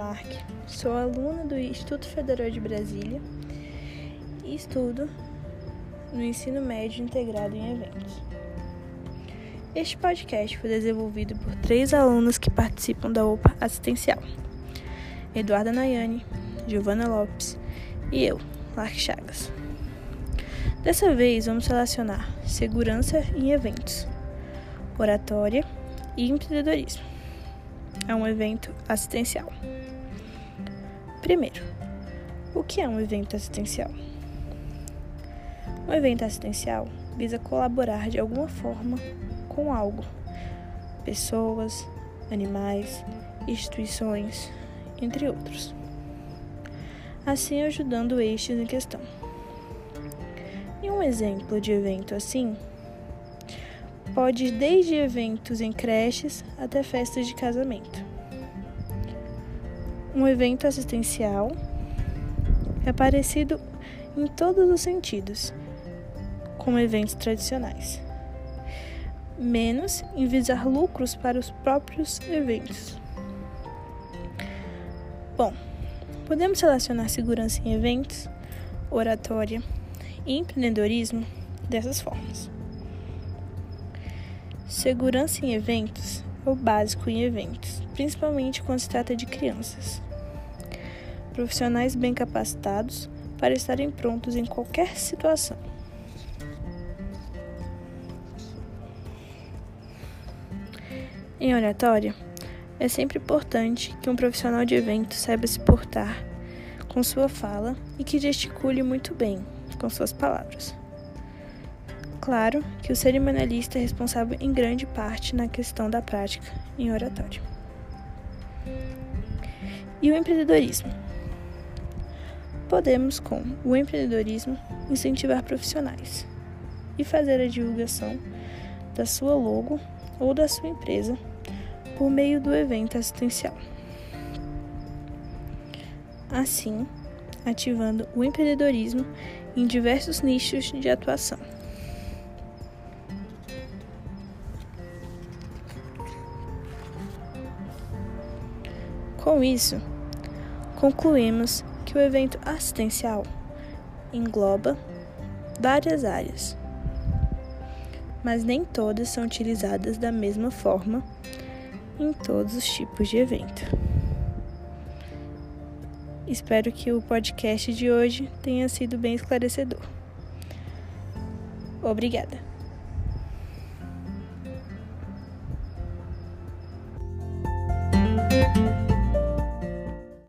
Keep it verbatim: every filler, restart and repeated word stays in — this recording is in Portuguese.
Lamarck, sou aluna do Instituto Federal de Brasília e estudo no ensino médio integrado em eventos. Este podcast foi desenvolvido por três alunas que participam da O P A Assistencial: Eduarda Nayane, Giovana Lopes e eu, Lark Chagas. Dessa vez vamos relacionar segurança em eventos, oratória e empreendedorismo. É um evento assistencial. Primeiro, o que é um evento assistencial? Um evento assistencial visa colaborar de alguma forma com algo, pessoas, animais, instituições, entre outros, assim ajudando estes em questão. E um exemplo de evento assim pode ir desde eventos em creches até festas de casamento. Um evento assistencial é parecido em todos os sentidos com eventos tradicionais, menos em visar lucros para os próprios eventos. Bom, podemos relacionar segurança em eventos, oratória e empreendedorismo dessas formas. Segurança em eventos é o básico em eventos, principalmente quando se trata de crianças. Profissionais bem capacitados para estarem prontos em qualquer situação. Em oratória, é sempre importante que um profissional de evento saiba se portar com sua fala e que gesticule muito bem com suas palavras. Claro que o cerimonialista é responsável em grande parte na questão da prática em oratória. E o empreendedorismo? Podemos, com o empreendedorismo, incentivar profissionais e fazer a divulgação da sua logo ou da sua empresa por meio do evento assistencial. Assim, ativando o empreendedorismo em diversos nichos de atuação. Com isso, concluímos que o evento assistencial engloba várias áreas, mas nem todas são utilizadas da mesma forma em todos os tipos de evento. Espero que o podcast de hoje tenha sido bem esclarecedor. Obrigada.